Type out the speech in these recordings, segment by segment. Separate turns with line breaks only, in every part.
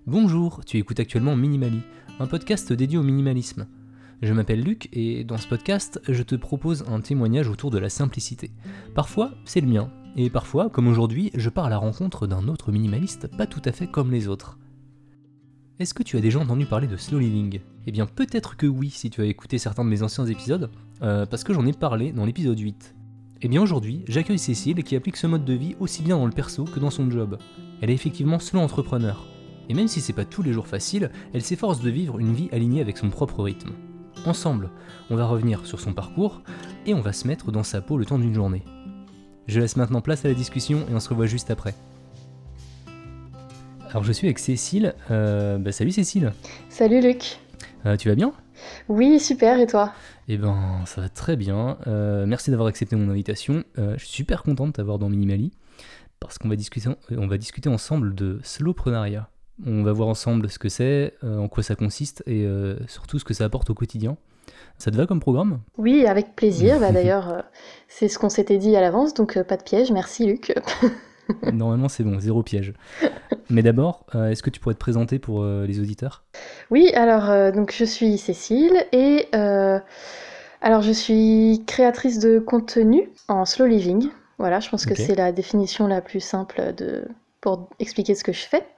Bonjour, tu écoutes actuellement Minimali, un podcast dédié au minimalisme. Je m'appelle Luc et dans ce podcast, je te propose un témoignage autour de la simplicité. Parfois, c'est le mien, et parfois, comme aujourd'hui, je pars à la rencontre d'un autre minimaliste pas tout à fait comme les autres. Est-ce que tu as déjà entendu parler de slow living ? Eh bien peut-être que oui si tu as écouté certains de mes anciens épisodes, parce que j'en ai parlé dans l'épisode 8. Eh bien aujourd'hui, j'accueille Cécile qui applique ce mode de vie aussi bien dans le perso que dans son job. Elle est effectivement slow entrepreneur. Et même si c'est pas tous les jours facile, elle s'efforce de vivre une vie alignée avec son propre rythme. Ensemble, on va revenir sur son parcours et on va se mettre dans sa peau le temps d'une journée. Je laisse maintenant place à la discussion et on se revoit juste après. Alors je suis avec Cécile. Salut Cécile.
Salut Luc.
Tu vas bien ?
Oui, super, et toi ?
Eh ben, ça va très bien. Merci d'avoir accepté mon invitation. Je suis super content de t'avoir dans Minimali parce qu'on va discuter ensemble de slowpreneuriat. On va voir ensemble ce que c'est, en quoi ça consiste et surtout ce que ça apporte au quotidien. Ça te va comme programme ?
Oui, avec plaisir. D'ailleurs, c'est ce qu'on s'était dit à l'avance, donc pas de piège. Merci Luc.
Normalement, c'est bon, zéro piège. Mais d'abord, est-ce que tu pourrais te présenter pour les auditeurs ?
Oui, alors donc je suis Cécile et alors je suis créatrice de contenu en slow living. Voilà, je pense que c'est la définition la plus simple pour expliquer ce que je fais.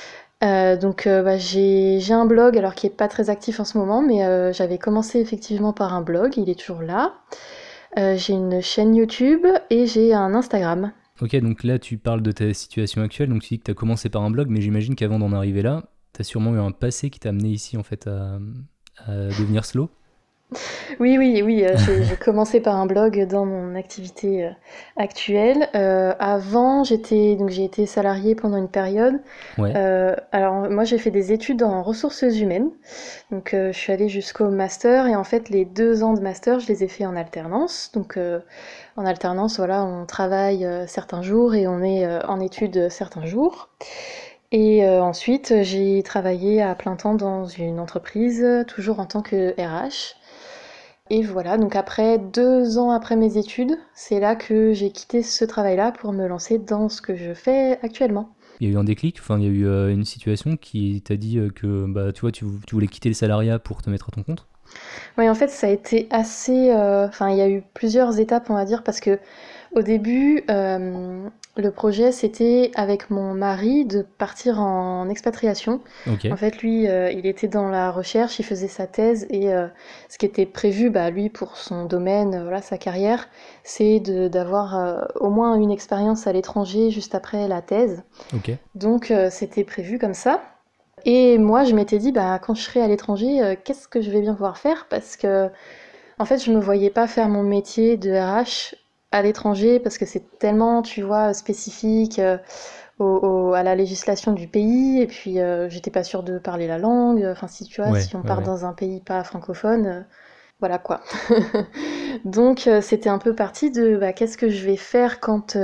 J'ai un blog alors qui est pas très actif en ce moment, mais j'avais commencé effectivement par un blog, il est toujours là. J'ai une chaîne YouTube et j'ai un Instagram.
Ok, donc là tu parles de ta situation actuelle, donc tu dis que tu as commencé par un blog, mais j'imagine qu'avant d'en arriver là, tu as sûrement eu un passé qui t'a amené ici en fait à devenir slow.
Oui, j'ai commencé par un blog dans mon activité actuelle. Avant, j'ai été salariée pendant une période.
Ouais.
Alors moi, j'ai fait des études en ressources humaines. Donc je suis allée jusqu'au master et en fait, les 2 ans de master, je les ai fait en alternance. Donc en alternance, voilà, on travaille certains jours et on est en études certains jours. Et ensuite, j'ai travaillé à plein temps dans une entreprise, toujours en tant que RH. Et voilà, donc après 2 ans après mes études, c'est là que j'ai quitté ce travail-là pour me lancer dans ce que je fais actuellement.
Il y a eu un déclic, enfin il y a eu une situation qui t'a dit que tu vois, tu voulais quitter le salariat pour te mettre à ton compte.
Oui, en fait, ça a été assez... Enfin, il y a eu plusieurs étapes, on va dire, parce que au début, le projet, c'était avec mon mari de partir en expatriation.
Ok.
En fait, lui, il était dans la recherche, il faisait sa thèse et ce qui était prévu, lui, pour son domaine, voilà, sa carrière, c'est d'avoir au moins une expérience à l'étranger juste après la thèse.
Ok.
Donc, c'était prévu comme ça. Et moi, je m'étais dit, quand je serai à l'étranger, qu'est-ce que je vais bien pouvoir faire ? Parce que, en fait, je me voyais pas faire mon métier de RH à l'étranger parce que c'est tellement, tu vois, spécifique à la législation du pays. Et puis, j'étais pas sûre de parler la langue. Enfin, si tu vois, si on part dans un pays pas francophone, voilà quoi. Donc, c'était un peu parti de qu'est-ce que je vais faire quand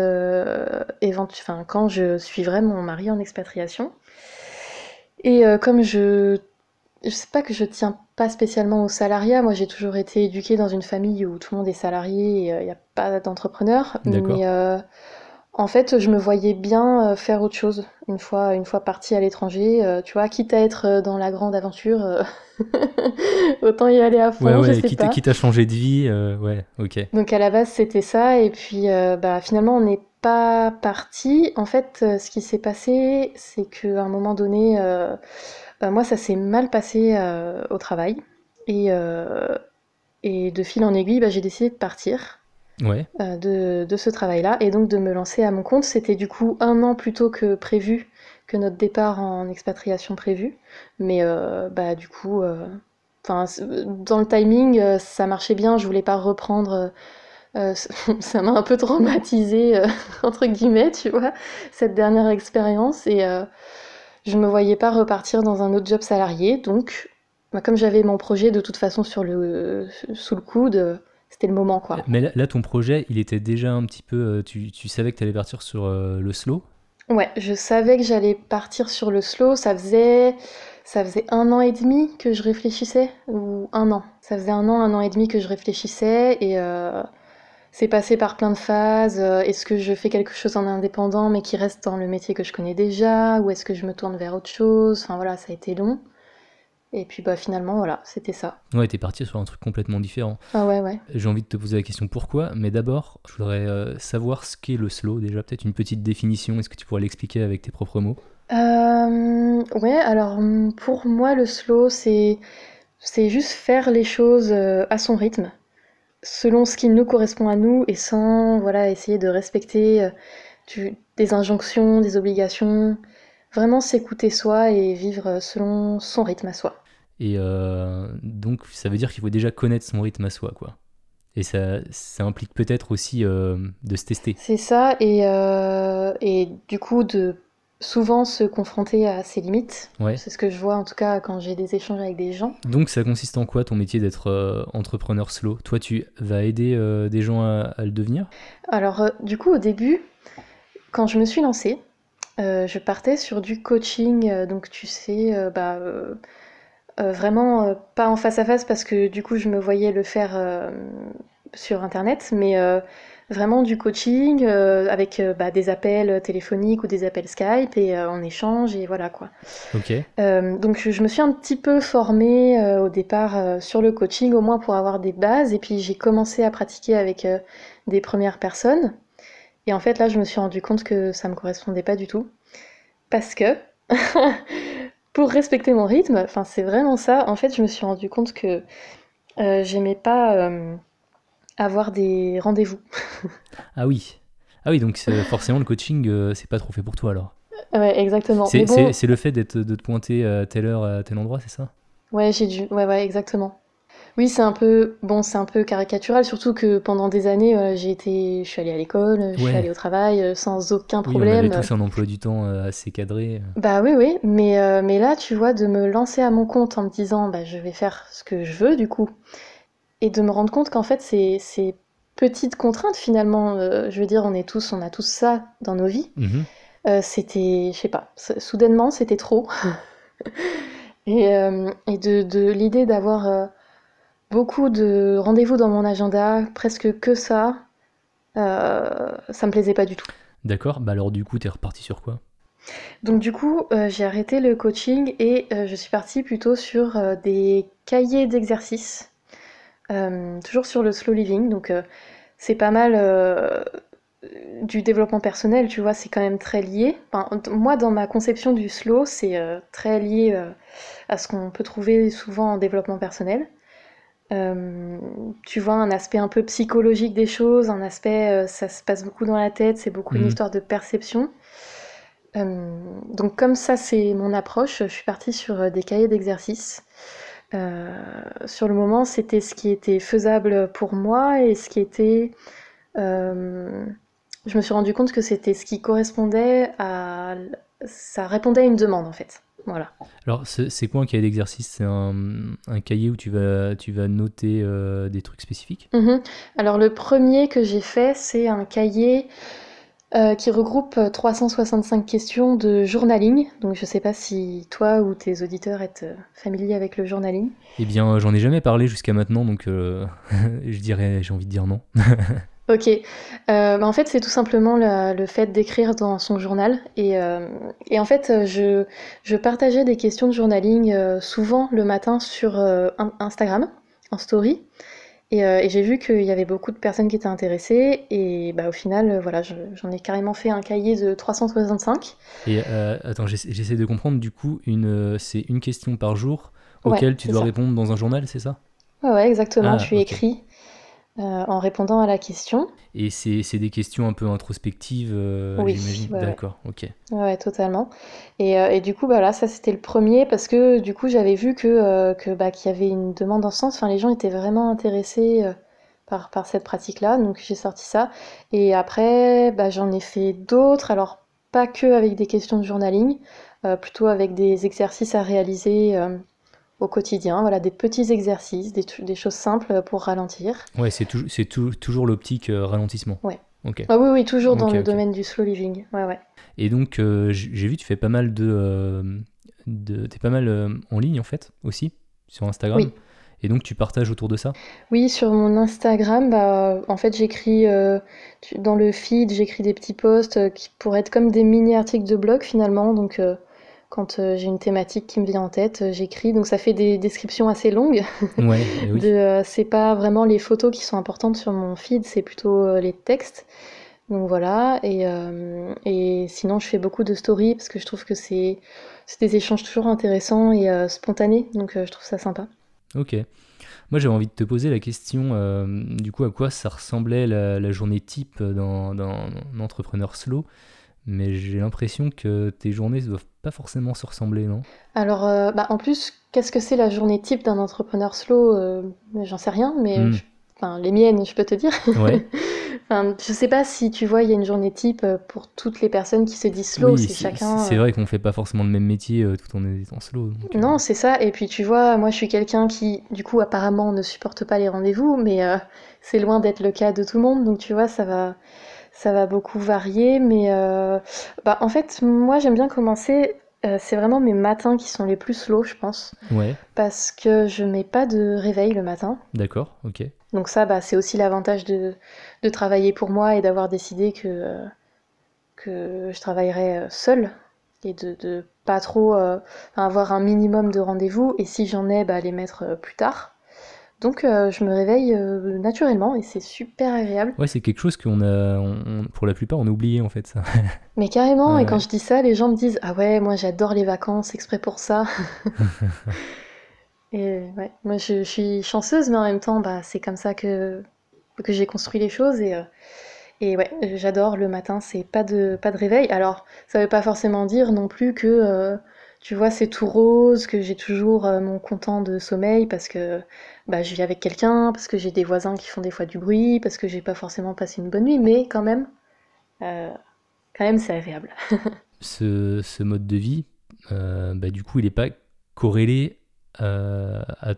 je suivrai mon mari en expatriation. Et comme je sais pas que je tiens pas spécialement au salariat. Moi, j'ai toujours été éduquée dans une famille où tout le monde est salarié et il n'y a pas d'entrepreneur.
D'accord.
Mais en fait, je me voyais bien faire autre chose une fois partie à l'étranger. Tu vois, quitte à être dans la grande aventure, autant y aller à fond, je sais pas.
Quitte à changer de vie, ouais, ok.
Donc à la base, c'était ça. Et puis finalement, on n'est pas parti. En fait, ce qui s'est passé, c'est qu'à un moment donné, moi, ça s'est mal passé au travail. Et, euh, et de fil en aiguille, j'ai décidé de partir
Ouais.
de ce travail-là et donc de me lancer à mon compte. C'était du coup 1 an plus tôt que prévu, que notre départ en expatriation prévu. Mais du coup, dans le timing, ça marchait bien. Je voulais pas reprendre. Ça m'a un peu traumatisée, entre guillemets, tu vois, cette dernière expérience. Et je me voyais pas repartir dans un autre job salarié. Donc, comme j'avais mon projet de toute façon sous le coude, c'était le moment, quoi.
Mais là, ton projet, il était déjà un petit peu... tu savais que tu allais partir sur le slow ?
Ouais, je savais que j'allais partir sur le slow. Ça faisait 1 an et demi que je réfléchissais, ou 1 an. Ça faisait 1 an et demi que je réfléchissais, c'est passé par plein de phases. Est-ce que je fais quelque chose en indépendant mais qui reste dans le métier que je connais déjà, ou est-ce que je me tourne vers autre chose? Enfin voilà, ça a été long. Et puis bah finalement voilà, c'était ça.
Ouais, t'es parti sur un truc complètement différent.
Ah ouais, ouais.
J'ai envie de te poser la question pourquoi, mais d'abord, je voudrais savoir ce qu'est le slow. Déjà, peut-être une petite définition. Est-ce que tu pourrais l'expliquer avec tes propres mots?
Ouais, alors pour moi le slow c'est juste faire les choses à son rythme, selon ce qui nous correspond à nous et sans voilà essayer de respecter des injonctions, des obligations. Vraiment s'écouter soi et vivre selon son rythme à soi.
Et donc, ça veut dire qu'il faut déjà connaître son rythme à soi, quoi. Et ça implique peut-être aussi de se tester.
C'est ça, et du coup de souvent se confronter à ses limites.
Ouais.
C'est ce que je vois en tout cas quand j'ai des échanges avec des gens.
Donc, ça consiste en quoi ton métier d'être entrepreneur slow? Toi, tu vas aider des gens à le devenir?
Alors du coup au début, quand je me suis lancée, je partais sur du coaching, donc tu sais, vraiment pas en face à face parce que du coup je me voyais le faire sur internet, mais vraiment du coaching avec des appels téléphoniques ou des appels Skype et on échange et voilà quoi.
Ok.
Donc je me suis un petit peu formée au départ sur le coaching, au moins pour avoir des bases, et puis j'ai commencé à pratiquer avec des premières personnes. Et en fait là je me suis rendu compte que ça me correspondait pas du tout. Parce que pour respecter mon rythme, enfin c'est vraiment ça, en fait je me suis rendu compte que j'aimais pas avoir des rendez-vous.
Ah oui. Ah oui, donc forcément, le coaching, c'est pas trop fait pour toi alors.
Ouais, exactement. Mais
C'est,
bon,
c'est, c'est le fait de te pointer à telle heure, à tel endroit, c'est ça?
ouais, ouais, exactement. Oui, c'est un peu, bon, c'est un peu caricatural, surtout que pendant des années, je suis allée à l'école, je suis allée
Ouais.
au travail sans aucun
Oui, on avait
problème.
tous un emploi du temps assez cadré.
Bah oui, oui, mais là, tu vois, de me lancer à mon compte en me disant, bah je vais faire ce que je veux du coup, et de me rendre compte qu'en fait, ces petites contraintes finalement, je veux dire, on a tous ça dans nos vies.
Mhm.
C'était, je sais pas, soudainement, c'était trop. Et de l'idée d'avoir beaucoup de rendez-vous dans mon agenda, presque que ça me plaisait pas du tout.
D'accord, bah alors du coup, t'es reparti sur quoi?
Donc du coup, j'ai arrêté le coaching et je suis partie plutôt sur des cahiers d'exercices, toujours sur le slow living. Donc c'est pas mal du développement personnel, tu vois, c'est quand même très lié. Enfin, moi, dans ma conception du slow, c'est très lié à ce qu'on peut trouver souvent en développement personnel. Tu vois un aspect un peu psychologique des choses, un aspect ça se passe beaucoup dans la tête, c'est beaucoup une
Mhm.
histoire de perception. Donc comme ça c'est mon approche, je suis partie sur des cahiers d'exercices. Euh, sur le moment c'était ce qui était faisable pour moi et ce qui était... euh, je me suis rendu compte que c'était ce qui correspondait à... Ça répondait à une demande en fait. Voilà.
Alors, c'est quoi un cahier d'exercice? C'est un cahier où tu vas noter des trucs spécifiques?
Mhm. Alors le premier que j'ai fait, c'est un cahier qui regroupe 365 questions de journaling. Donc je sais pas si toi ou tes auditeurs êtes familiers avec le journaling.
Eh bien, j'en ai jamais parlé jusqu'à maintenant, donc j'ai envie de dire non.
Ok, en fait c'est tout simplement le fait d'écrire dans son journal et en fait je partageais des questions de journaling souvent le matin sur Instagram en story. Et j'ai vu qu'il y avait beaucoup de personnes qui étaient intéressées et bah, au final, voilà, j'en ai carrément fait un cahier de 365.
Et attends, j'essaie de comprendre, du coup, c'est une question par jour
Ouais,
auquel tu
c'est
dois
ça.
répondre dans un journal, c'est ça?
Ouais, ouais, exactement,
Ah,
tu
ok.
écris en répondant à la question.
Et c'est des questions un peu introspectives,
Oui,
j'imagine?
ouais, ouais.
D'accord, ok.
Ouais, totalement. Et du coup, bah là, ça c'était le premier parce que du coup, j'avais vu qu'il y avait une demande en ce sens. Enfin, les gens étaient vraiment intéressés par cette pratique-là, donc j'ai sorti ça. Et après, bah, j'en ai fait d'autres. Alors, pas que avec des questions de journaling, plutôt avec des exercices à réaliser au quotidien. Voilà, des petits exercices, des choses simples pour ralentir.
Ouais, toujours l'optique ralentissement.
Ouais.
Ok,
Ah oui, oui, toujours dans
ok,
le
ok.
domaine du slow living. Ouais, ouais.
Et donc, j'ai vu, tu fais pas mal t'es pas mal en ligne, en fait, aussi, sur Instagram.
Oui.
Et donc tu partages autour de ça?
Oui, sur mon Instagram, bah, en fait, j'écris dans le feed, j'écris des petits posts qui pourraient être comme des mini-articles de blog finalement. Donc, quand j'ai une thématique qui me vient en tête, j'écris. Donc, ça fait des descriptions assez longues.
Ouais, et oui.
C'est pas vraiment les photos qui sont importantes sur mon feed, c'est plutôt les textes. Donc voilà. Et sinon, je fais beaucoup de stories parce que je trouve que c'est des échanges toujours intéressants et spontanés. Donc, je trouve ça sympa.
Ok. Moi, j'avais envie de te poser la question, du coup, à quoi ça ressemblait la journée type dans un entrepreneur slow, mais j'ai l'impression que tes journées ne doivent pas forcément se ressembler, non?
Alors, bah, en plus, qu'est-ce que c'est la journée type d'un entrepreneur slow? J'en sais rien, mais
Hmm.
enfin, les miennes, je peux te dire.
Ouais.
Enfin, je sais pas si tu vois, il y a une journée type pour toutes les personnes qui se disent slow,
Oui,
c'est
c'est
chacun.
vrai qu'on fait pas forcément le même métier tout en étant slow. Donc,
Non, c'est ça. Et puis tu vois, moi, je suis quelqu'un qui, du coup, apparemment, ne supporte pas les rendez-vous, mais c'est loin d'être le cas de tout le monde. Donc tu vois, ça va beaucoup varier. Mais bah, en fait, moi, j'aime bien commencer. C'est vraiment mes matins qui sont les plus slow, je pense.
ouais,
Parce que je mets pas de réveil le matin.
d'accord, ok.
Donc ça, bah, c'est aussi l'avantage de travailler pour moi et d'avoir décidé que je travaillerais seule et de pas trop enfin, avoir un minimum de rendez-vous et si j'en ai, bah, les mettre plus tard. Donc je me réveille naturellement et c'est super agréable.
Ouais, c'est quelque chose pour la plupart, on a oublié en fait ça.
Mais carrément, et quand
Ouais,
je dis ça, les gens me disent ah ouais, moi j'adore les vacances exprès pour ça. Et ouais, moi je suis chanceuse, mais en même temps, bah, c'est comme ça que j'ai construit les choses et ouais, j'adore le matin, c'est pas de réveil. Alors, ça veut pas forcément dire non plus que, tu vois, c'est tout rose, que j'ai toujours mon comptant de sommeil parce que bah, je vis avec quelqu'un, parce que j'ai des voisins qui font des fois du bruit, parce que j'ai pas forcément passé une bonne nuit, mais euh, quand même, c'est agréable.
ce mode de vie, bah, du coup, il n'est pas corrélé à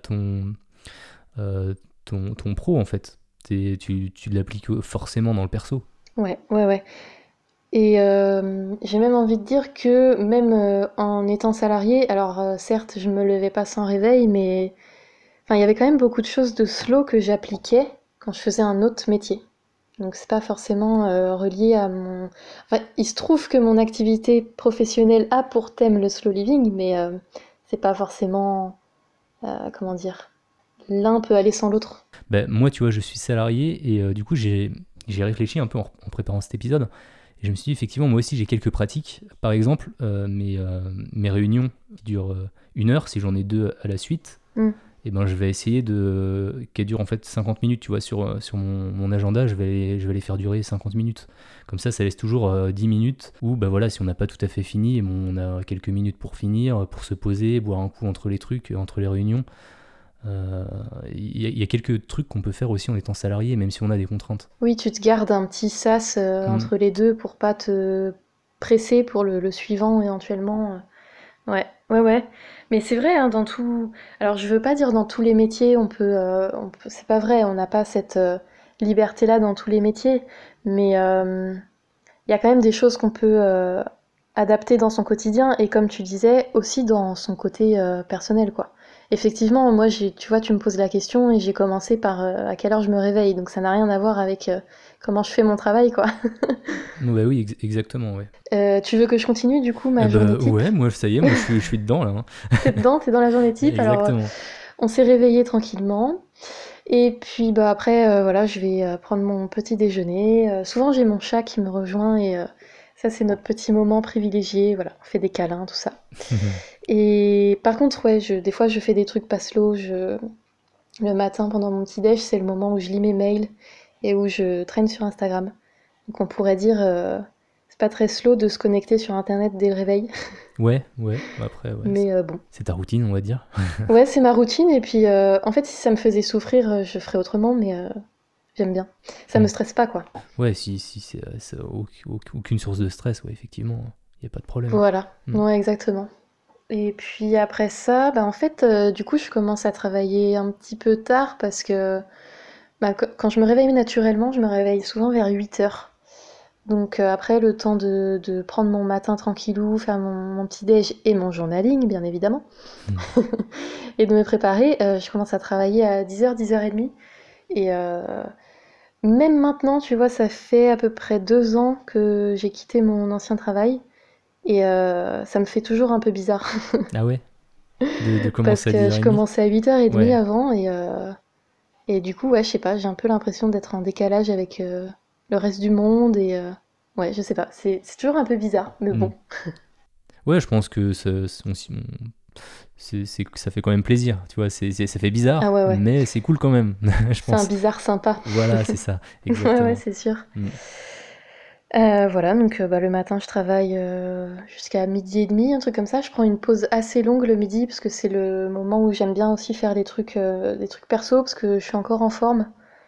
ton pro en fait. Tu l'appliques forcément dans le perso.
Ouais, ouais, ouais. Et j'ai même envie de dire que même en étant salariée, alors certes, je me levais pas sans réveil, mais enfin, il y avait quand même beaucoup de choses de slow que j'appliquais quand je faisais un autre métier. Donc c'est pas forcément relié à mon. Enfin, il se trouve que mon activité professionnelle a pour thème le slow living, mais c'est pas forcément, comment dire, l'un peut aller sans l'autre.
Ben, moi, tu vois, je suis salarié et du coup, j'ai réfléchi un peu en préparant cet épisode. Et je me suis dit, effectivement, moi aussi, j'ai quelques pratiques. Par exemple, mes réunions qui durent 1 heure, si j'en ai deux à la suite,
Hmm.
et ben, je vais essayer qu'elles durent en fait 50 minutes. Tu vois, sur mon agenda, je vais les faire durer 50 minutes. Comme ça laisse toujours 10 minutes où, bah voilà, si on n'a pas tout à fait fini, bon, on a quelques minutes pour finir, pour se poser, boire un coup entre les trucs, entre les réunions. Il y a quelques trucs qu'on peut faire aussi en étant salarié, même si on a des contraintes.
Oui, tu te gardes un petit sas
Mm.
entre les deux pour pas te presser pour le suivant éventuellement. Ouais, ouais, ouais. Mais c'est vrai, hein, dans tout. Alors, je veux pas dire dans tous les métiers, c'est pas vrai, on n'a pas cette liberté-là dans tous les métiers, mais il y a quand même des choses qu'on peut adapter dans son quotidien et comme tu disais, aussi dans son côté personnel, quoi. Effectivement, moi, tu vois, tu me poses la question et j'ai commencé par à quelle heure je me réveille, donc ça n'a rien à voir avec comment je fais mon travail, quoi.
Bah oui, exactement, ouais.
Tu veux que je continue du coup ma journée
Bah
type?
ouais, moi ça y est, moi je suis dedans là, hein.
T'es dans la journée type. Alors,
Exactement.
on s'est réveillé tranquillement. Et puis bah après, voilà, je vais prendre mon petit déjeuner. Souvent, j'ai mon chat qui me rejoint et ça, c'est notre petit moment privilégié. Voilà, on fait des câlins, tout ça. Et par contre, ouais, des fois, je fais des trucs pas slow. Le matin, pendant mon petit déj, c'est le moment où je lis mes mails et où je traîne sur Instagram. Donc on pourrait dire, c'est pas très slow de se connecter sur Internet dès le réveil.
Ouais, ouais, bah après, ouais,
Mais bon.
c'est ta routine, on va dire.
Ouais, c'est ma routine. Et puis, en fait, si ça me faisait souffrir, je ferais autrement. Mais j'aime bien. Ça me
Mm.
stresse pas, quoi.
Ouais, si c'est aucune source de stress, ouais, effectivement, il n'y a pas de problème.
Voilà,
Mm.
ouais, exactement. Et puis après ça, bah en fait, du coup, je commence à travailler un petit peu tard parce que bah, quand je me réveille naturellement, je me réveille souvent vers 8 heures. Donc après, le temps de prendre mon matin tranquillou, faire mon petit déj et mon journaling, bien évidemment,
Hmm.
et de me préparer, je commence à travailler à 10h, 10h30. Et même maintenant, tu vois, ça fait à peu près 2 ans que j'ai quitté mon ancien travail. Et ça me fait toujours un peu bizarre.
Ah ouais? De
Parce
commencer à
que je
10h30?
commençais à 8h30
Ouais.
avant. Et du coup, ouais, je sais pas, j'ai un peu l'impression d'être en décalage avec le reste du monde. Et ouais, je sais pas, c'est toujours un peu bizarre. Mais
Hmm.
bon,
Ouais, je pense que ça fait quand même plaisir, tu vois, ça fait
ah
bizarre,
ouais, ouais.
mais c'est cool quand même, je
C'est un
pense.
bizarre sympa.
Voilà, c'est ça,
Ouais, ouais,
exactement.
c'est sûr.
Hmm.
Voilà, donc bah, le matin, je travaille jusqu'à 12h30, un truc comme ça. Je prends une pause assez longue le midi, parce que c'est le moment où j'aime bien aussi faire des trucs perso, parce que je suis encore en forme.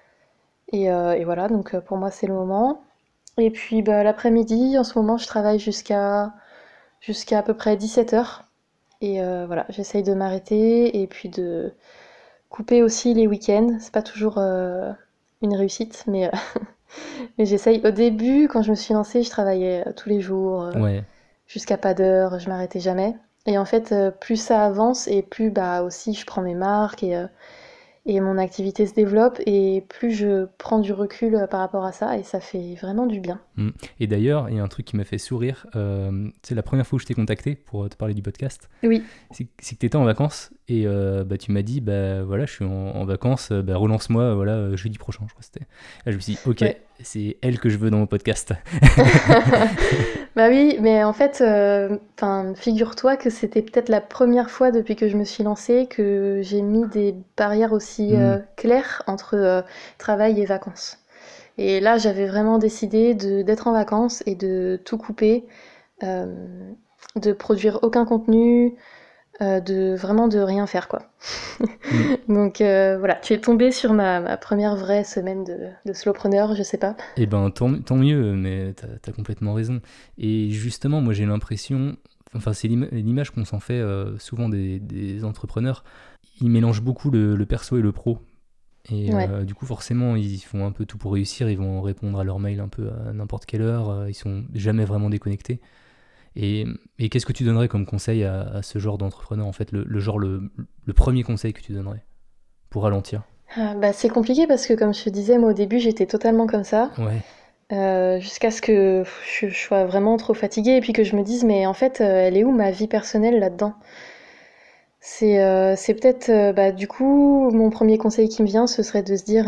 Et voilà, donc pour moi, c'est le moment. Et puis bah, l'après-midi, en ce moment, je travaille jusqu'à à peu près 17h. Et voilà, j'essaye de m'arrêter et puis de couper aussi les week-ends. C'est pas toujours une réussite, mais j'essaye. Au début, quand je me suis lancée, je travaillais tous les jours,
Ouais.
jusqu'à pas d'heure, je m'arrêtais jamais. Et en fait, plus ça avance et plus bah aussi je prends mes marques et mon activité se développe et plus je prends du recul par rapport à ça et ça fait vraiment du bien.
Hmm. Et d'ailleurs, il y a un truc qui m'a fait sourire, c'est la première fois où je t'ai contacté pour te parler du podcast,
Oui,
c'est que tu étais en vacances et bah, tu m'as dit, bah voilà, je suis en vacances, bah, relance-moi, voilà, jeudi prochain, je crois que c'était. Là, je me suis dit, ok,
ouais.
c'est elle que je veux dans mon podcast.
Bah oui, mais en fait, enfin, figure-toi que c'était peut-être la première fois depuis que je me suis lancée que j'ai mis des barrières aussi
Hmm.
claires entre travail et vacances. Et là, j'avais vraiment décidé d'être en vacances et de tout couper, euh, de produire aucun contenu, de vraiment de rien faire quoi.
Hmm.
Donc voilà, tu es tombée sur ma première vraie semaine de slowpreneur, je sais pas.
Eh ben, tant mieux, mais t'as complètement raison. Et justement, moi j'ai l'impression, enfin c'est l'image qu'on s'en fait souvent des entrepreneurs, ils mélangent beaucoup le perso et le pro. Et
Ouais.
du coup, forcément, ils font un peu tout pour réussir, ils vont répondre à leur mail un peu à n'importe quelle heure, ils sont jamais vraiment déconnectés. Et, et qu'est-ce que tu donnerais comme conseil à ce genre d'entrepreneur, en fait, le premier conseil que tu donnerais pour ralentir?
Bah, c'est compliqué parce que comme je te disais, moi au début j'étais totalement comme ça,
Ouais.
jusqu'à ce que je sois vraiment trop fatiguée et puis que je me dise mais en fait elle est où ma vie personnelle là-dedans? C'est peut-être bah, du coup mon premier conseil qui me vient ce serait de se dire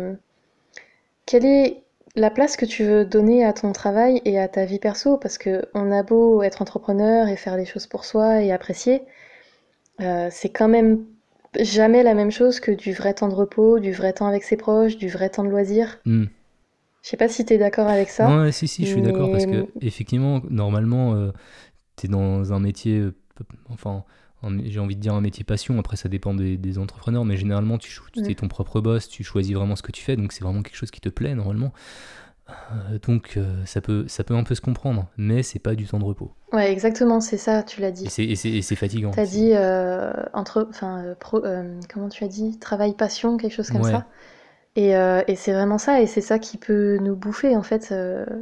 quelle est la place que tu veux donner à ton travail et à ta vie perso parce que on a beau être entrepreneur et faire les choses pour soi et apprécier, c'est quand même jamais la même chose que du vrai temps de repos, du vrai temps avec ses proches, du vrai temps de loisir.
Hmm.
Je sais pas si t'es d'accord avec ça,
Non, si, je suis d'accord parce
mais
que effectivement, normalement, t'es dans un métier, enfin, j'ai envie de dire un métier passion. Après, ça dépend des entrepreneurs, mais généralement,
mm,
es ton propre boss, tu choisis vraiment ce que tu fais, donc c'est vraiment quelque chose qui te plaît normalement. Donc, ça peut un peu se comprendre, mais c'est pas du temps de repos.
ouais, exactement, c'est ça, tu l'as dit.
Et c'est fatigant
T'as
aussi.
dit enfin, comment tu as dit? Travail passion, quelque chose comme
Ouais,
ça. Et c'est vraiment ça, et c'est ça qui peut nous bouffer en fait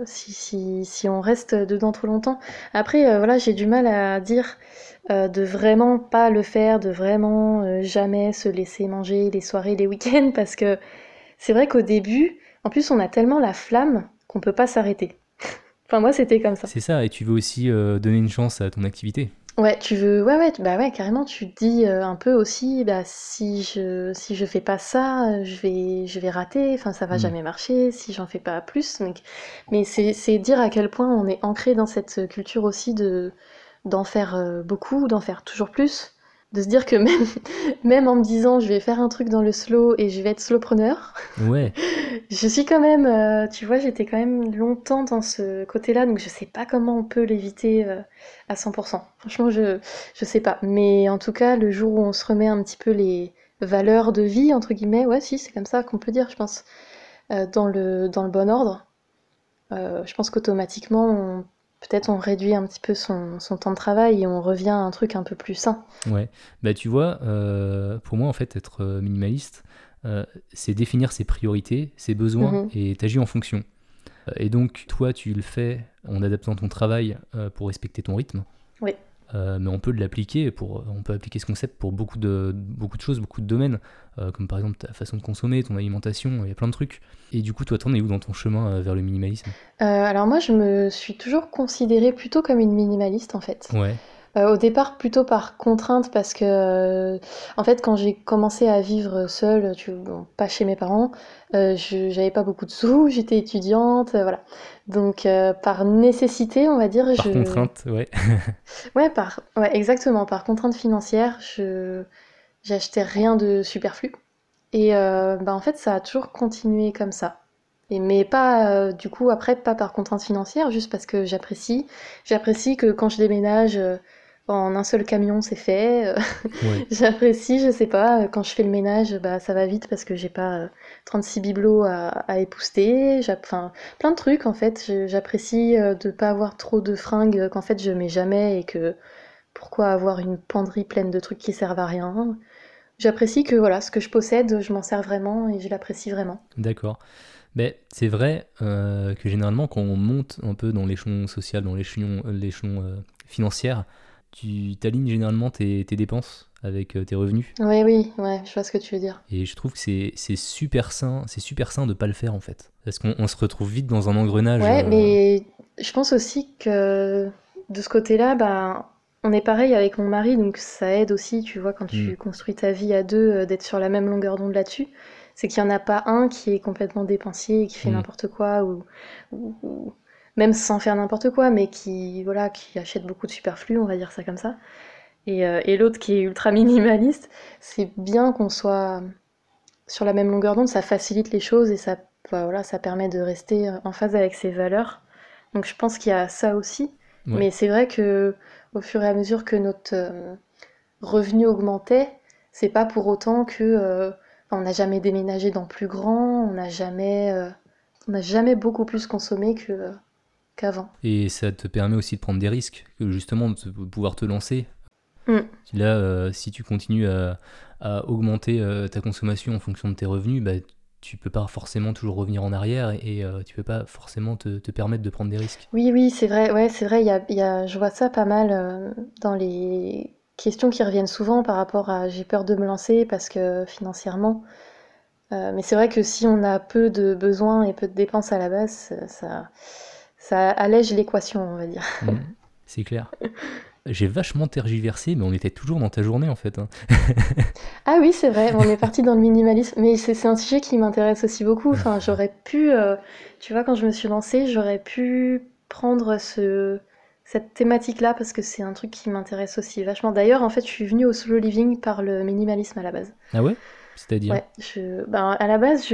si on reste dedans trop longtemps. Après, voilà, j'ai du mal à dire de vraiment pas le faire, de vraiment jamais se laisser manger les soirées, les week-ends, parce que c'est vrai qu'au début, en plus, on a tellement la flamme qu'on peut pas s'arrêter. Enfin, moi, c'était comme ça.
c'est ça, et tu veux aussi donner une chance à ton activité.
Ouais, tu veux, ouais, ouais, bah ouais, carrément, tu te dis un peu aussi, bah si je fais pas ça, je vais rater, enfin ça va
Hmm.
jamais marcher si j'en fais pas plus. Mais c'est dire à quel point on est ancré dans cette culture aussi d'en faire beaucoup, d'en faire toujours plus, de se dire que même même en me disant je vais faire un truc dans le slow et je vais être slowpreneur,
Ouais,
je suis quand même, tu vois, j'étais quand même longtemps dans ce côté-là, donc je sais pas comment on peut l'éviter à 100%. Franchement, je sais pas. Mais en tout cas, le jour où on se remet un petit peu les valeurs de vie, entre guillemets, ouais, si, c'est comme ça qu'on peut dire, je pense, dans le bon ordre, je pense qu'automatiquement, peut-être on réduit un petit peu son temps de travail et on revient à un truc un peu plus sain.
ouais. Bah tu vois, pour moi en fait, être minimaliste, c'est définir ses priorités, ses besoins
Mhm.
et t'agis en fonction. Et donc, toi, tu le fais en adaptant ton travail pour respecter ton rythme.
Oui.
Mais on peut l'appliquer on peut appliquer ce concept pour beaucoup de choses, beaucoup de domaines, comme par exemple ta façon de consommer, ton alimentation, il y a plein de trucs. Et du coup, toi, t'en es où dans ton chemin vers le minimalisme?
Alors moi, je me suis toujours considérée plutôt comme une minimaliste en fait.
Ouais.
Au départ, plutôt par contrainte, parce que, en fait, quand j'ai commencé à vivre seule, bon, pas chez mes parents, j'avais pas beaucoup de sous, j'étais étudiante, voilà. Donc, par nécessité, on va dire,
Par contrainte, ouais.
ouais, exactement, par contrainte financière, j'achetais rien de superflu. Et bah, en fait, ça a toujours continué comme ça. Mais pas, du coup, après, pas par contrainte financière, juste parce que j'apprécie que quand je déménage, en un seul camion, c'est fait.
Ouais.
J'apprécie, je sais pas, quand je fais le ménage, bah, ça va vite parce que j'ai pas 36 bibelots à épousseter. Enfin, plein de trucs, en fait. J'apprécie de pas avoir trop de fringues qu'en fait je mets jamais et que pourquoi avoir une penderie pleine de trucs qui servent à rien. J'apprécie que voilà, ce que je possède, je m'en sers vraiment et je l'apprécie vraiment.
D'accord. Mais c'est vrai que généralement, quand on monte un peu dans l'échelon social, dans l'échelon financier, tu t'alignes généralement tes dépenses avec tes revenus.
Oui, oui, ouais, je vois ce que tu veux dire.
Et je trouve que c'est super sain de pas le faire en fait. Parce qu'on se retrouve vite dans un engrenage.
Ouais, mais je pense aussi que de ce côté-là, bah, on est pareil avec mon mari, donc ça aide aussi, tu vois, quand
Hmm.
tu construis ta vie à deux, d'être sur la même longueur d'onde là-dessus. C'est qu'il n'y en a pas un qui est complètement dépensier et qui fait
Hmm.
n'importe quoi, ou même sans faire n'importe quoi, mais qui, voilà, qui achète beaucoup de superflu, on va dire ça comme ça. Et l'autre qui est ultra minimaliste, c'est bien qu'on soit sur la même longueur d'onde, ça facilite les choses et ça, bah, voilà, ça permet de rester en phase avec ses valeurs. Donc je pense qu'il y a ça aussi.
Ouais.
Mais c'est vrai que au fur et à mesure que notre revenu augmentait, c'est pas pour autant que on n'a jamais déménagé dans plus grand, on n'a jamais beaucoup plus consommé qu'avant.
Et ça te permet aussi de prendre des risques, que justement de pouvoir te lancer.
Mm.
Là, si tu continues à augmenter ta consommation en fonction de tes revenus, bah, tu peux pas forcément toujours revenir en arrière et tu peux pas forcément te permettre de prendre des risques.
Oui, oui, c'est vrai, ouais, c'est vrai, je vois ça pas mal dans les questions qui reviennent souvent par rapport à j'ai peur de me lancer parce que financièrement. Mais c'est vrai que si on a peu de besoins et peu de dépenses à la base, ça allège l'équation, on va dire.
Mm. C'est clair. J'ai vachement tergiversé, mais on était toujours dans ta journée en fait, hein.
Ah oui, c'est vrai, on est parti dans le minimalisme, mais c'est un sujet qui m'intéresse aussi beaucoup. Enfin, j'aurais pu, tu vois, quand je me suis lancée, j'aurais pu prendre cette thématique-là parce que c'est un truc qui m'intéresse aussi vachement. D'ailleurs, en fait, je suis venue au solo living par le minimalisme à la base.
Ah ouais? C'est-à-dire?
Ouais, ben, à la base,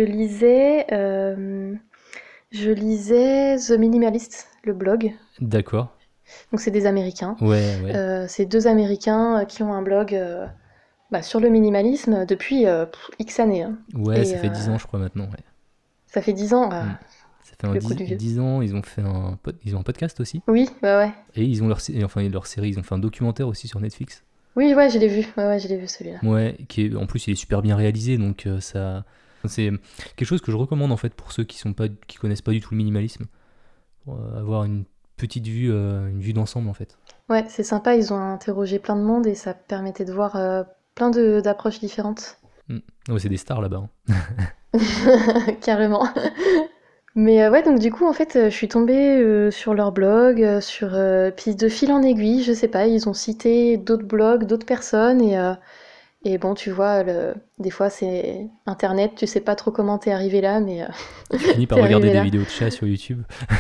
je lisais The Minimalist, le blog.
D'accord.
Donc c'est des Américains.
Ouais, ouais.
C'est deux Américains qui ont un blog bah, sur le minimalisme depuis X années, hein.
Ouais, ça
Et
fait 10 ans je crois maintenant, ouais.
ça fait 10 ans,
Mm.
ah,
Ça fait
le coup du vieux.
10 ans, ils ont fait ils ont un podcast aussi.
Oui, ouais, ouais.
Et ils ont leur série, ils ont fait un documentaire aussi sur Netflix.
Oui, ouais, je l'ai vu. Ouais, ouais, je l'ai vu celui-là.
Ouais, en plus il est super bien réalisé, donc c'est quelque chose que je recommande en fait pour ceux qui connaissent pas du tout le minimalisme, pour avoir une vue d'ensemble en fait.
Ouais, c'est sympa, ils ont interrogé plein de monde et ça permettait de voir plein d'approches différentes.
Mm. Ouais, c'est des stars là-bas, hein.
Carrément. Mais ouais, donc du coup, en fait, je suis tombée sur leur blog, puis de fil en aiguille, je sais pas, ils ont cité d'autres blogs, d'autres personnes, et bon, tu vois, des fois, c'est Internet, tu sais pas trop comment t'es arrivé là, mais
Tu finis par
t'es
regarder
arrivé
des
là.
vidéos de chats sur YouTube.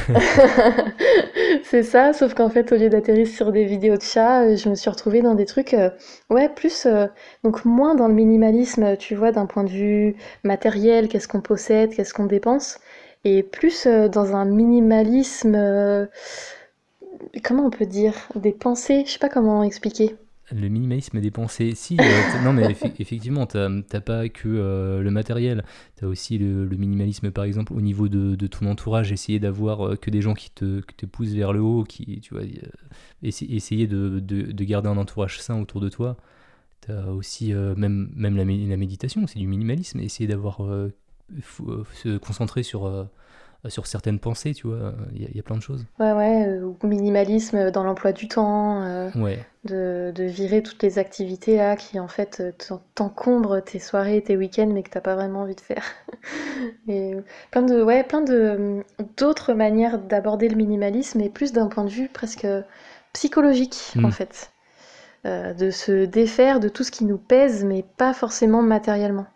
C'est ça, sauf qu'en fait, au lieu d'atterrir sur des vidéos de chats, je me suis retrouvée dans des trucs, ouais, plus, donc moins dans le minimalisme, tu vois, d'un point de vue matériel, qu'est-ce qu'on possède, qu'est-ce qu'on dépense, et plus dans un minimalisme, comment on peut dire, des pensées, je sais pas comment expliquer.
Le minimalisme des pensées. Si, non mais effectivement, t'as pas que le matériel, t'as aussi le minimalisme par exemple au niveau de ton entourage, essayer d'avoir que des gens qui te poussent vers le haut, tu vois, essayer de garder un entourage sain autour de toi. T'as aussi même la méditation, c'est du minimalisme, essayer d'avoir se concentrer sur sur certaines pensées, tu vois. Il y a plein de choses.
Ouais, ou minimalisme dans l'emploi du temps,
Ouais.
de virer toutes les activités là qui en fait t'encombrent tes soirées, tes week-ends, mais que t'as pas vraiment envie de faire. Et plein de d'autres manières d'aborder le minimalisme, et plus d'un point de vue presque psychologique en
Mm.
fait. De se défaire de tout ce qui nous pèse, mais pas forcément matériellement.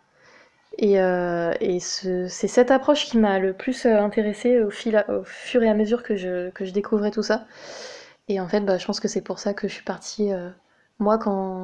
C'est cette approche qui m'a le plus intéressée au fur et à mesure que je découvrais tout ça. Et en fait, bah, je pense que c'est pour ça que je suis partie. Moi,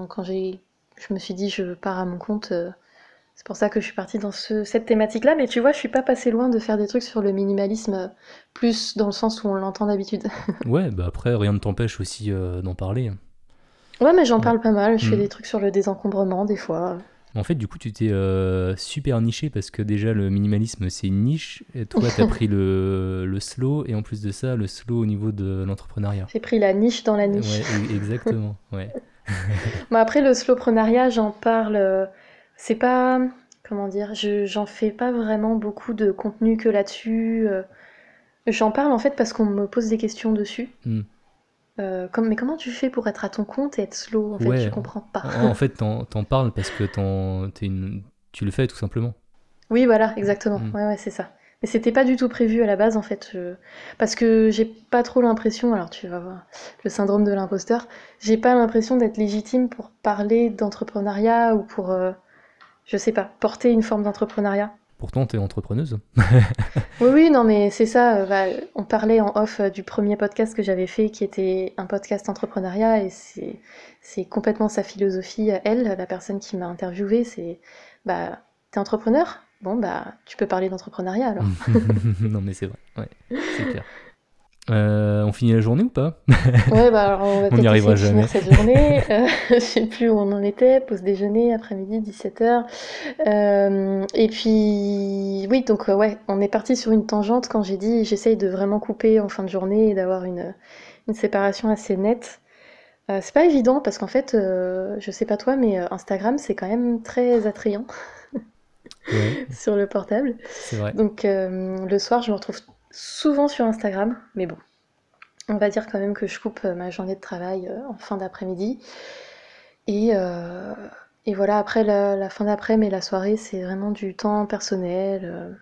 je me suis dit, je pars à mon compte. C'est pour ça que je suis partie dans cette thématique-là. Mais tu vois, je suis pas passée loin de faire des trucs sur le minimalisme, plus dans le sens où on l'entend d'habitude.
Ouais, bah après, rien ne t'empêche aussi d'en parler, hein.
Ouais, mais j'en
Ouais.
parle pas mal. Je fais
Mm.
des trucs sur le désencombrement des fois.
En fait, du coup, tu t'es super niché parce que déjà, le minimalisme, c'est une niche. Et toi, t'as pris le slow et en plus de ça, le slow au niveau de l'entrepreneuriat.
J'ai pris la niche dans la niche.
Ouais, exactement. Ouais.
Bon, après, le slowpreneuriat, j'en parle. C'est pas. Comment dire? J'en fais pas vraiment beaucoup de contenu que là-dessus. J'en parle en fait parce qu'on me pose des questions dessus.
Mm.
Mais comment tu fais pour être à ton compte et être slow? En fait, je
Ouais.
comprends pas.
En fait, t'en parles parce que tu le fais tout simplement.
Oui, voilà, exactement.
Mm.
Ouais, c'est ça. Mais c'était pas du tout prévu à la base, en fait. Parce que j'ai pas trop l'impression, alors tu vas voir le syndrome de l'imposteur, j'ai pas l'impression d'être légitime pour parler d'entrepreneuriat ou pour, je sais pas, porter une forme d'entrepreneuriat.
Pourtant, t'es entrepreneuse.
Oui, oui, non, mais c'est ça. On parlait en off du premier podcast que j'avais fait, qui était un podcast entrepreneuriat, et c'est complètement sa philosophie, elle, la personne qui m'a interviewée, c'est, bah, t'es entrepreneur? Bon, bah, tu peux parler d'entrepreneuriat alors.
Non, mais c'est vrai. Ouais, c'est clair. On finit la journée ou pas?
Ouais, bah alors on va
On n'y
peut-être essayer
arrivera
de finir
jamais.
cette journée. Je sais plus où on en était, pause déjeuner, après-midi, 17h. Et puis, oui, donc ouais, on est parti sur une tangente quand j'ai dit j'essaye de vraiment couper en fin de journée et d'avoir une séparation assez nette. C'est pas évident parce qu'en fait, je sais pas toi, mais Instagram c'est quand même très attrayant
Ouais,
sur le portable.
c'est vrai.
Donc le soir, je me retrouve souvent sur Instagram, mais bon. On va dire quand même que je coupe ma journée de travail en fin d'après-midi. Et, euh, et voilà, après la fin d'après-midi et la soirée, c'est vraiment du temps personnel.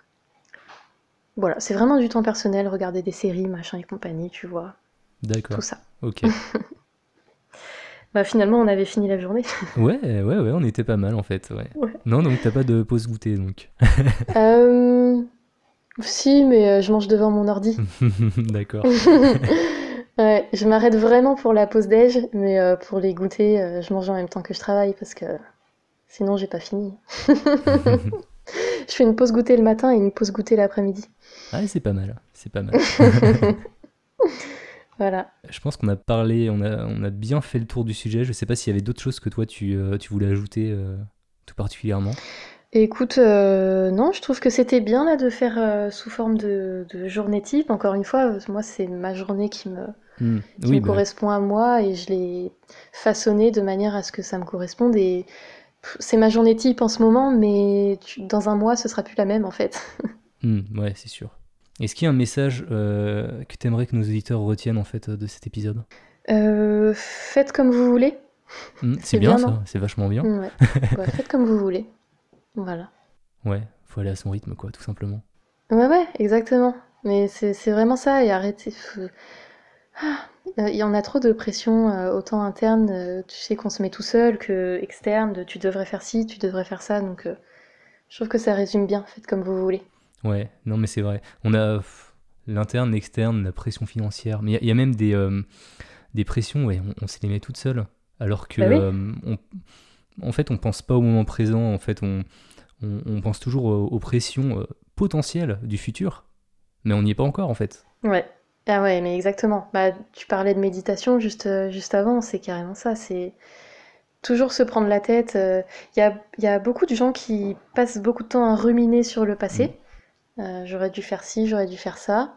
Voilà, c'est vraiment du temps personnel, regarder des séries, machin et compagnie, tu vois, tout
D'accord.
ça.
Ok.
Bah finalement, on avait fini la journée.
Ouais, on était pas mal en fait. Ouais.
Ouais.
Non, donc t'as pas de pause goûter donc.
Euh, Si, mais je mange devant mon ordi.
D'accord.
Ouais, je m'arrête vraiment pour la pause déj, mais pour les goûters, je mange en même temps que je travaille parce que sinon j'ai pas fini. Je fais une pause goûter le matin et une pause goûter l'après-midi.
Ah, c'est pas mal. C'est pas mal.
Voilà.
Je pense qu'on a parlé, on a bien fait le tour du sujet. Je sais pas s'il y avait d'autres choses que toi tu voulais ajouter tout particulièrement.
Écoute, non, je trouve que c'était bien là de faire sous forme de journée type. Encore une fois, moi c'est ma journée qui me
Oui, bah,
correspond à moi et je l'ai façonnée de manière à ce que ça me corresponde. Et c'est ma journée type en ce moment, mais dans un mois ce sera plus la même en fait.
ouais, c'est sûr. Est-ce qu'il y a un message que t'aimerais que nos auditeurs retiennent en fait de cet épisode?
Faites comme vous voulez,
C'est
c'est
bien
bien, non?
ça, c'est vachement bien.
Ouais. Bah, faites comme vous voulez. Voilà.
Ouais, faut aller à son rythme quoi, tout simplement.
Ouais, exactement. Mais c'est vraiment ça, et arrêtez. Il y en a trop de pression, autant interne, tu sais, qu'on se met tout seul, que externe, de tu devrais faire ci, tu devrais faire ça. Donc, je trouve que ça résume bien, faites comme vous voulez.
Ouais, non mais c'est vrai. On a l'interne, l'externe, la pression financière, mais il y a même des pressions, ouais, on se les met toutes seules. Alors que,
Bah oui,
en fait, on pense pas au moment présent, en fait, on pense toujours aux pressions potentielles du futur, mais on n'y est pas encore en fait.
ouais. Ah ouais, mais exactement. Bah, tu parlais de méditation juste avant, c'est carrément ça. C'est toujours se prendre la tête. Il y a beaucoup de gens qui passent beaucoup de temps à ruminer sur le
Mm.
passé. J'aurais dû faire ci, j'aurais dû faire ça.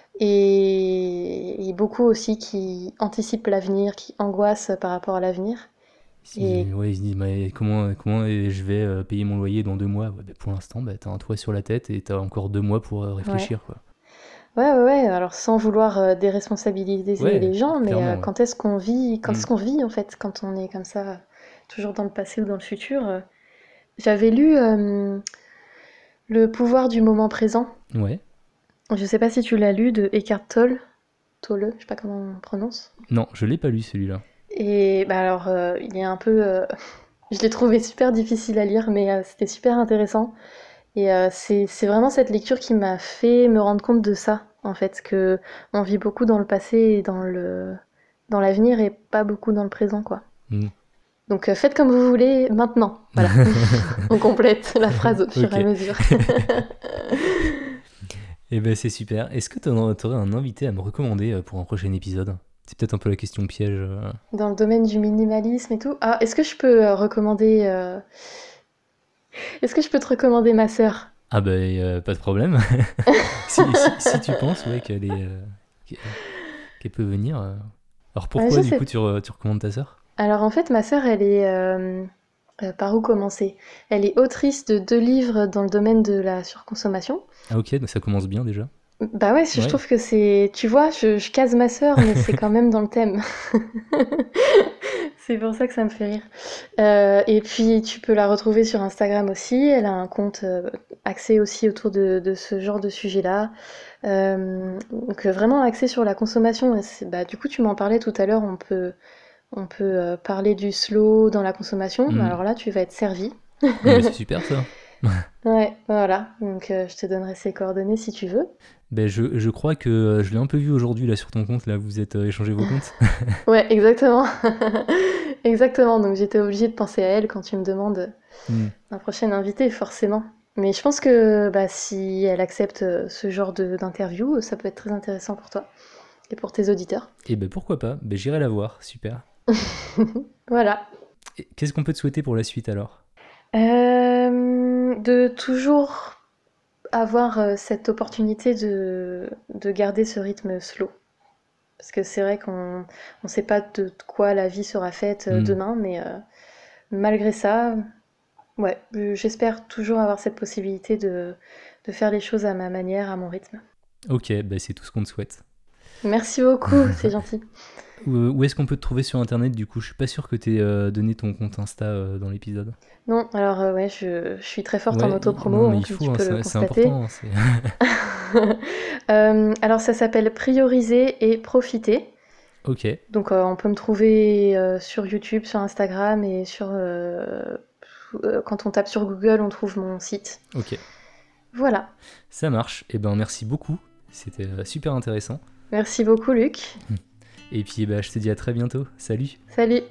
Et beaucoup aussi qui anticipent l'avenir, qui angoissent par rapport à l'avenir. Et
Ouais, ils se disent, mais comment je vais payer mon loyer dans 2 mois? Ouais, bah, pour l'instant, bah, t'as un toit sur la tête et t'as encore 2 mois pour
ouais,
réfléchir, quoi.
Ouais, alors sans vouloir déresponsabiliser
Ouais,
les gens, mais
clairement, ouais.
quand est-ce qu'on vit, quand
Mm.
est-ce qu'on vit en fait, quand on est comme ça, toujours dans le passé ou dans le futur. J'avais lu Le pouvoir du moment présent.
Ouais.
Je sais pas si tu l'as lu, de Eckhart Tolle, Tolle, je sais pas comment on prononce.
Non, je l'ai pas lu celui-là.
Et bah alors, il est un peu, je l'ai trouvé super difficile à lire, mais c'était super intéressant. Et c'est vraiment cette lecture qui m'a fait me rendre compte de ça, en fait, que on vit beaucoup dans le passé et dans l'avenir et pas beaucoup dans le présent, quoi.
Mm.
Donc faites comme vous voulez maintenant. Voilà, on complète la phrase au fur et à
Ok.
mesure.
Eh ben c'est super. Est-ce que t'aurais un invité à me recommander pour un prochain épisode? C'est peut-être un peu la question piège.
Dans le domaine du minimalisme et tout. Ah, est-ce que je peux recommander est-ce que je peux te recommander ma sœur?
Ah ben pas de problème. Si tu penses ouais qu'elle qu'elle peut venir. Alors
Ouais,
pourquoi
je
du coup
sais.
tu recommandes ta sœur?
Alors en fait, ma sœur, elle est par où commencer? Elle est autrice de 2 livres dans le domaine de la surconsommation.
Ah ok, donc ça commence bien déjà.
Bah ouais, je
Ouais.
trouve que c'est, tu vois, je case ma sœur, mais c'est quand même dans le thème. C'est pour ça que ça me fait rire. Et puis tu peux la retrouver sur Instagram aussi. Elle a un compte axé aussi autour de ce genre de sujet-là. Donc vraiment axé sur la consommation. Et bah, du coup, tu m'en parlais tout à l'heure. On peut parler du slow dans la consommation.
Mm.
Alors là, tu vas être servi.
Ah ben c'est super ça.
Ouais, voilà. Donc je te donnerai ses coordonnées si tu veux.
Ben je crois que je l'ai un peu vu aujourd'hui là sur ton compte, là vous êtes échangé vos comptes.
Ouais, exactement. Exactement. Donc j'étais obligée de penser à elle quand tu me demandes
Mm.
un prochain invité, forcément. Mais je pense que bah, si elle accepte ce genre d'interview, ça peut être très intéressant pour toi et pour tes auditeurs.
Et ben pourquoi pas, ben j'irai la voir, super.
Voilà.
Et qu'est-ce qu'on peut te souhaiter pour la suite alors?
De toujours avoir cette opportunité de garder ce rythme slow. Parce que c'est vrai qu'on ne sait pas de quoi la vie sera faite
Mm.
demain, mais malgré ça, ouais, j'espère toujours avoir cette possibilité de faire les choses à ma manière, à mon rythme.
Ok, ben c'est tout ce qu'on te souhaite.
Merci beaucoup, c'est gentil.
Où est-ce qu'on peut te trouver sur internet du coup? Je suis pas sûr que t'aies donné ton compte Insta dans l'épisode.
Non, alors ouais, je suis très forte en
Ouais, non
autopromo,
mais
hein,
il
comme
faut,
tu
hein,
peux le
c'est
constater.
important.
Alors ça s'appelle Prioriser et Profiter.
Ok,
Donc on peut me trouver sur YouTube, sur Instagram et quand on tape sur Google, on trouve mon site.
ok,
Voilà.
ça marche. Et ben merci beaucoup, c'était super intéressant.
Merci beaucoup, Luc.
Et puis bah, je te dis à très bientôt. Salut.
Salut.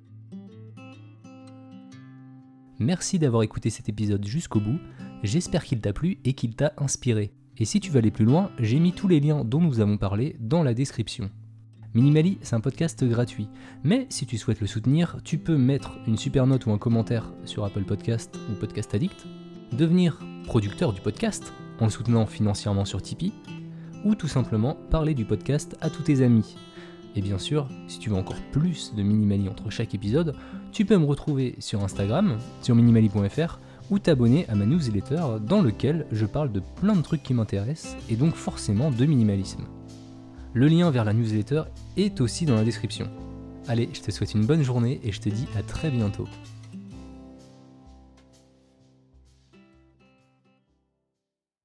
Merci d'avoir écouté cet épisode jusqu'au bout. J'espère qu'il t'a plu et qu'il t'a inspiré. Et si tu veux aller plus loin, j'ai mis tous les liens dont nous avons parlé dans la description. Minimali, c'est un podcast gratuit, mais si tu souhaites le soutenir, tu peux mettre une super note ou un commentaire sur Apple Podcast ou Podcast Addict, devenir producteur du podcast en le soutenant financièrement sur Tipeee, ou tout simplement parler du podcast à tous tes amis. Et bien sûr, si tu veux encore plus de Minimali entre chaque épisode, tu peux me retrouver sur Instagram, sur minimali.fr, ou t'abonner à ma newsletter dans lequel je parle de plein de trucs qui m'intéressent, et donc forcément de minimalisme. Le lien vers la newsletter est aussi dans la description. Allez, je te souhaite une bonne journée et je te dis à très bientôt.